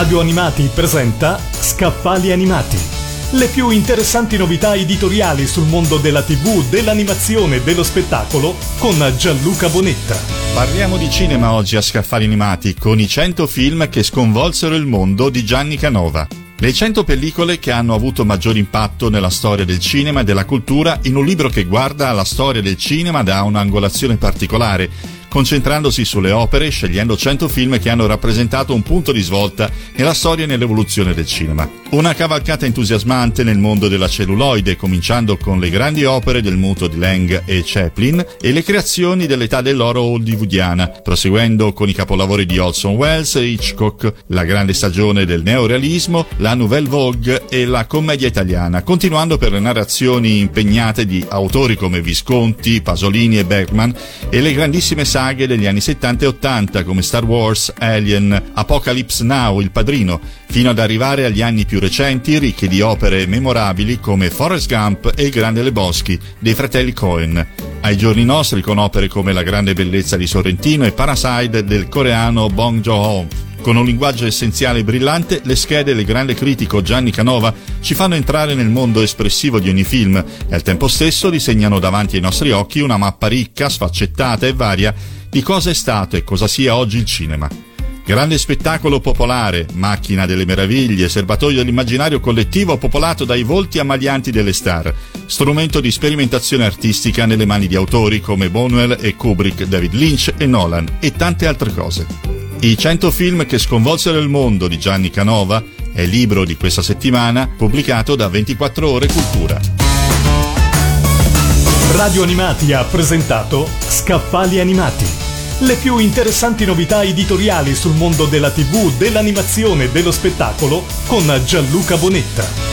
Radio Animati presenta Scaffali Animati. Le più interessanti novità editoriali sul mondo della TV, dell'animazione e dello spettacolo con Gianluca Bonetta. Parliamo di cinema oggi a Scaffali Animati con i 100 film che sconvolsero il mondo di Gianni Canova. Le 100 pellicole che hanno avuto maggior impatto nella storia del cinema e della cultura in un libro che guarda alla storia del cinema da un'angolazione particolare, concentrandosi sulle opere, scegliendo 100 film che hanno rappresentato un punto di svolta nella storia e nell'evoluzione del cinema. Una cavalcata entusiasmante nel mondo della celluloide, cominciando con le grandi opere del muto di Lang e Chaplin e le creazioni dell'età dell'oro hollywoodiana, proseguendo con i capolavori di Orson Welles e Hitchcock, la grande stagione del neorealismo, la Nouvelle Vogue e la commedia italiana, continuando per le narrazioni impegnate di autori come Visconti, Pasolini e Bergman e le grandissime saghe degli anni 70 e 80 come Star Wars, Alien, Apocalypse Now, Il Padrino, fino ad arrivare agli anni più recenti ricchi di opere memorabili come Forrest Gump e Il Grande Lebowski dei fratelli Coen. Ai giorni nostri con opere come La grande bellezza di Sorrentino e Parasite del coreano Bong Joon-ho. Con un linguaggio essenziale e brillante, le schede del grande critico Gianni Canova ci fanno entrare nel mondo espressivo di ogni film e al tempo stesso disegnano davanti ai nostri occhi una mappa ricca, sfaccettata e varia di cosa è stato e cosa sia oggi il cinema. Grande spettacolo popolare, macchina delle meraviglie, serbatoio dell'immaginario collettivo popolato dai volti ammalianti delle star, strumento di sperimentazione artistica nelle mani di autori come Buñuel e Kubrick, David Lynch e Nolan e tante altre cose. I 100 film che sconvolsero il mondo di Gianni Canova è il libro di questa settimana pubblicato da 24 Ore Cultura. Radio Animati ha presentato Scaffali Animati. Le più interessanti novità editoriali sul mondo della TV, dell'animazione e dello spettacolo con Gianluca Bonetta.